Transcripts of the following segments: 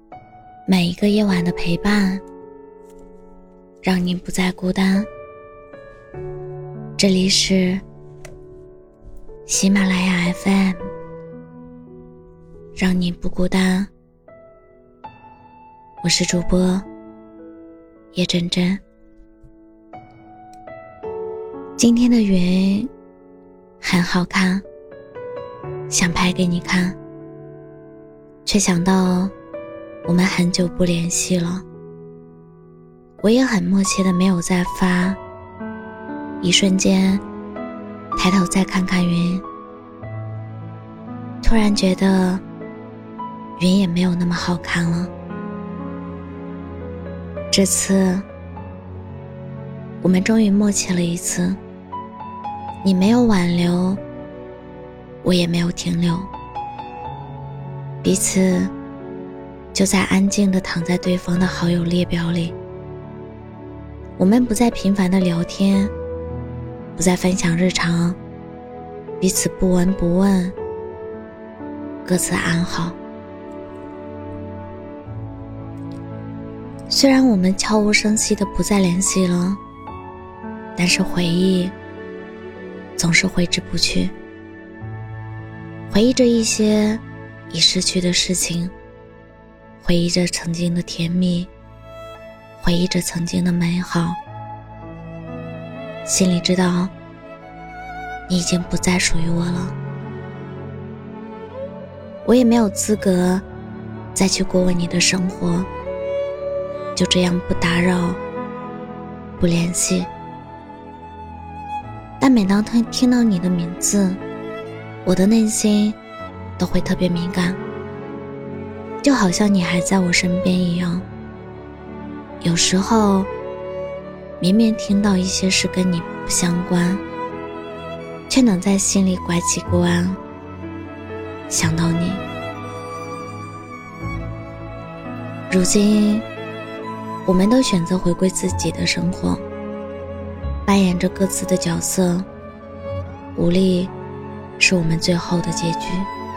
每一个夜晚的陪伴，让你不再孤单。这里是喜马拉雅 FM， 让你不孤单。我是主播叶真真。今天的云很好看，想拍给你看，却想到我们很久不联系了。我也很默契的没有再发，一瞬间抬头再看看云，突然觉得云也没有那么好看了。这次我们终于默契了一次，你没有挽留，我也没有停留，彼此就在安静地躺在对方的好友列表里。我们不再频繁地聊天，不再分享日常，彼此不闻不问，各自安好。虽然我们悄无声息地不再联系了，但是回忆总是挥之不去，回忆着一些已逝去的事情，回忆着曾经的甜蜜，回忆着曾经的美好，心里知道你已经不再属于我了，我也没有资格再去过问你的生活，就这样不打扰，不联系。但每当听到你的名字，我的内心都会特别敏感，就好像你还在我身边一样。有时候明明听到一些事跟你不相关，却能在心里拐起不安，想到你。如今我们都选择回归自己的生活，扮演着各自的角色，无力是我们最后的结局。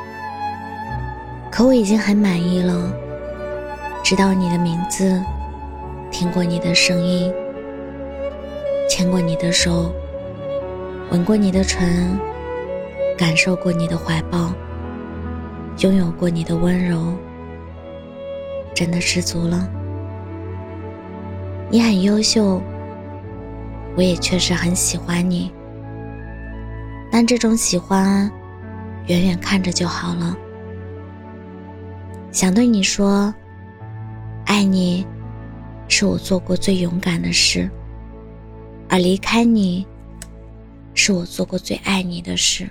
可我已经很满意了，知道你的名字，听过你的声音，牵过你的手，吻过你的唇，感受过你的怀抱，拥有过你的温柔，真的知足了。你很优秀，我也确实很喜欢你，但这种喜欢远远看着就好了。想对你说，爱你是我做过最勇敢的事，而离开你是我做过最爱你的事。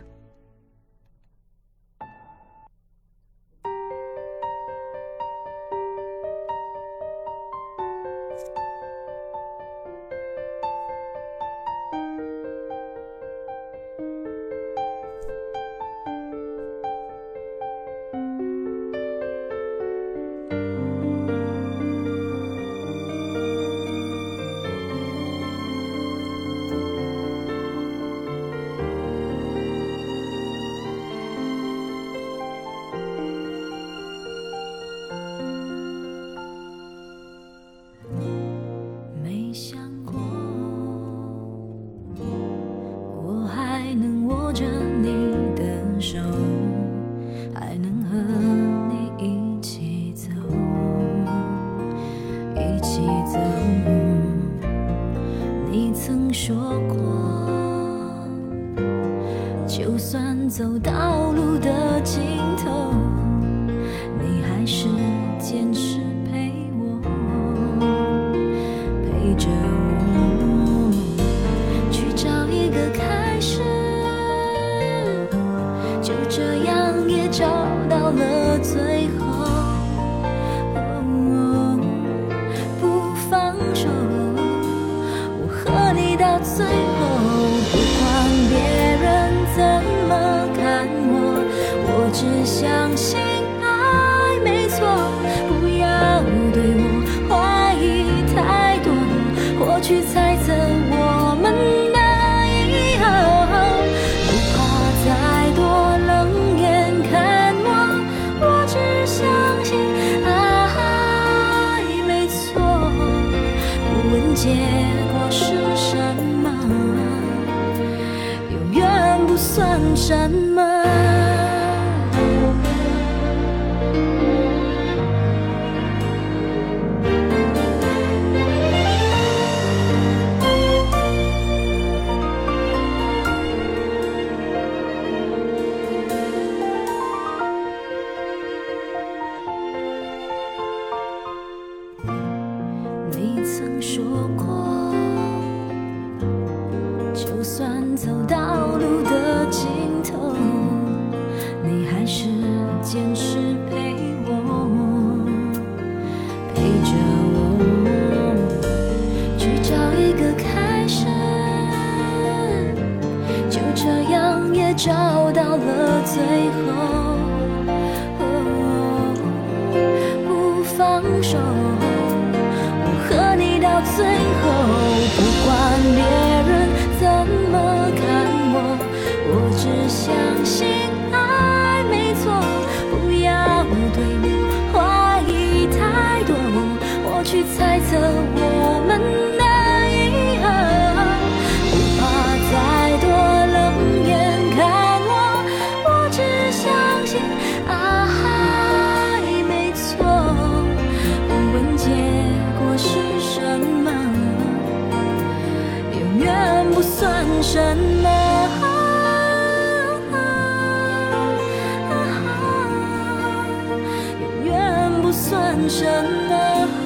没想过我还能握着你的手，还能和你一起走，一起走。你曾说过，就算走到路的尽头，你还是坚持陪我，陪着我去找一个开始，就这样也找到了最后。不放手，我和你到最后，不管别人怎么看我，我只相信爱没错，不要对我怀疑太多，或去猜测我们的以后，不怕再多冷眼看我，我只相信爱。 结果是什么？永远不算什么。你曾说过，就算走到路的尽头，你还是坚持陪我，陪着我去找一个开始，就这样也找到了最后，不放手。和你到最后，不管别人怎么看我，我只相信爱没错。不要对我怀疑太多，我去猜测我们的以后。不怕再多冷眼看我，我只相信爱没错。不问结果是什么，永远不算什么，永远不算什么。